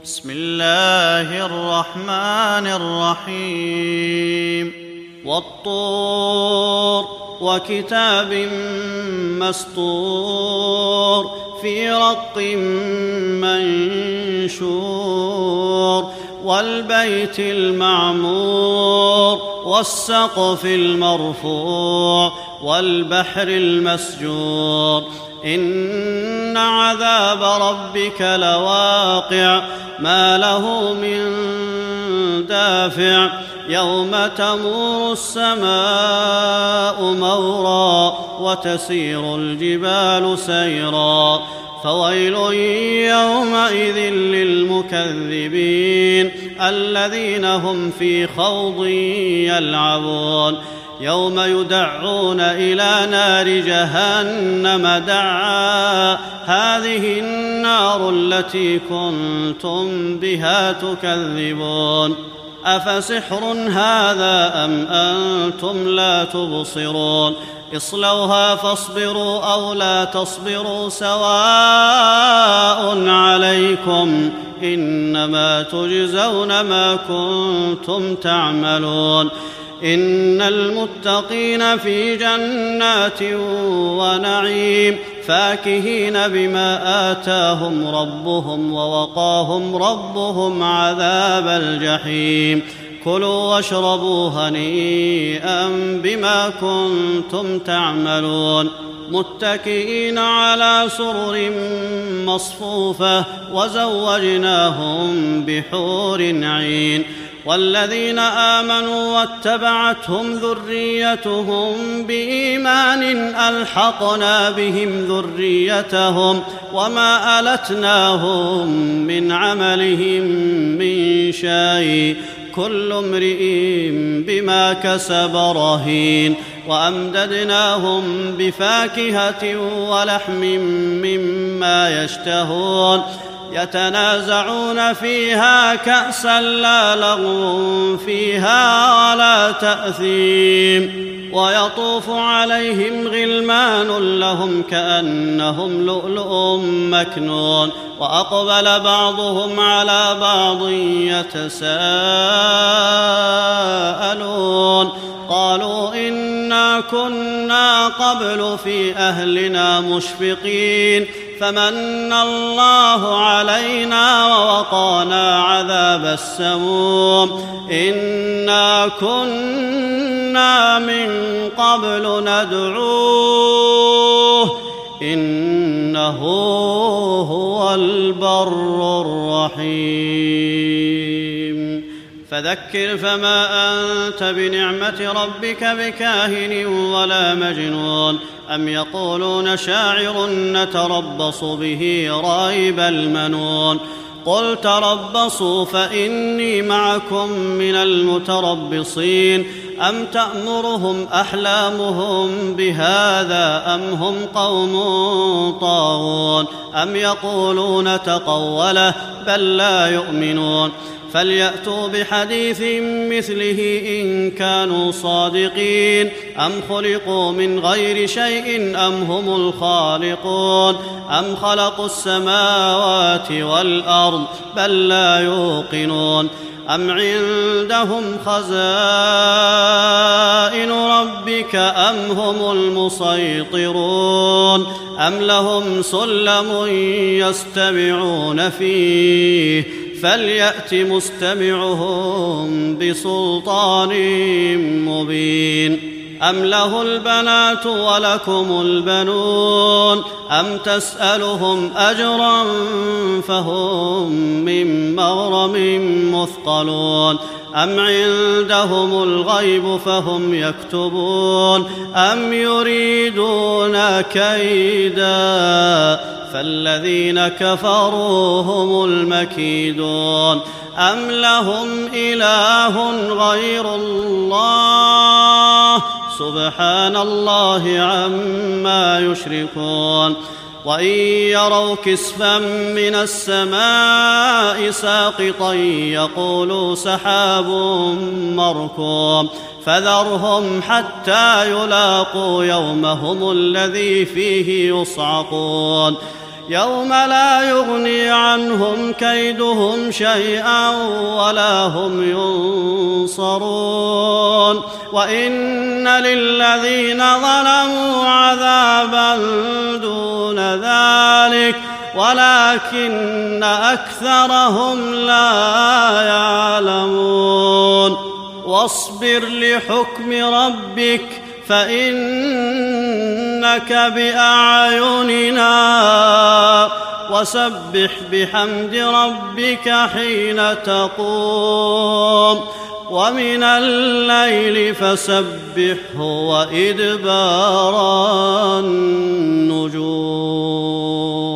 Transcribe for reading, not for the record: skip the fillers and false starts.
بسم الله الرحمن الرحيم والطور وكتاب مسطور في رق منشور والبيت المعمور والسقف المرفوع والبحر المسجور إن عذاب ربك لواقع ما له من دافع يوم تمور السماء مورا وتسير الجبال سيرا فويل يومئذ للمكذبين الذين هم في خوض يلعبون يوم يدعون إلى نار جهنم دعا هذه النار التي كنتم بها تكذبون أفسحر هذا أم أنتم لا تبصرون اصلوها فاصبروا أو لا تصبروا سواء عليكم إنما تجزون ما كنتم تعملون إن المتقين في جنات ونعيم فاكهين بما آتاهم ربهم ووقاهم ربهم عذاب الجحيم كلوا واشربوا هنيئا بما كنتم تعملون متكئين على سرر مصفوفة وزوجناهم بحور عين والذين آمنوا واتبعتهم ذريتهم بإيمان ألحقنا بهم ذريتهم وما ألتناهم من عملهم من شيء كل امرئ بما كسب رهين وأمددناهم بفاكهة ولحم مما يشتهون يتنازعون فيها كأسا لا لغو فيها ولا تأثيم ويطوف عليهم غلمان لهم كأنهم لؤلؤ مكنون وأقبل بعضهم على بعض يتساءلون قالوا إنا كنا قبل في أهلنا مشفقين فمن الله علينا ووقانا عذاب السموم إنا كنا من قبل ندعوه إنه هو البر الرحيم فذكر فما أنت بنعمة ربك بكاهن ولا مجنون أم يقولون شاعر نتربص به ريب المنون قل تربصوا فإني معكم من المتربصين أم تأمرهم أحلامهم بهذا أم هم قوم طاغون أم يقولون تقوله بل لا يؤمنون فليأتوا بحديث مثله إن كانوا صادقين أم خلقوا من غير شيء أم هم الخالقون أم خلقوا السماوات والأرض بل لا يوقنون أم عندهم خزائن ربك أم هم المسيطرون أم لهم سلم يستمعون فيه فليأت مستمعهم بسلطان مبين أم له البنات ولكم البنون أم تسألهم أجرا فهم من مغرم مثقلون أم عندهم الغيب فهم يكتبون أم يريدون كيدا فالذين كفروا هم المكيدون أم لهم إله غير الله سبحان الله عما يشركون وإن يروا كسفا من السماء ساقطا يقولوا سحاب مركوم فذرهم حتى يلاقوا يومهم الذي فيه يصعقون يوم لا يغني عنهم كيدهم شيئا ولا هم ينصرون وإن للذين ظلموا عذابا دون ذلك ولكن أكثرهم لا يعلمون واصبر لحكم ربك فإنك بأعيننا وسبح بحمد ربك حين تقوم ومن الليل فسبحه وإدبار النجوم.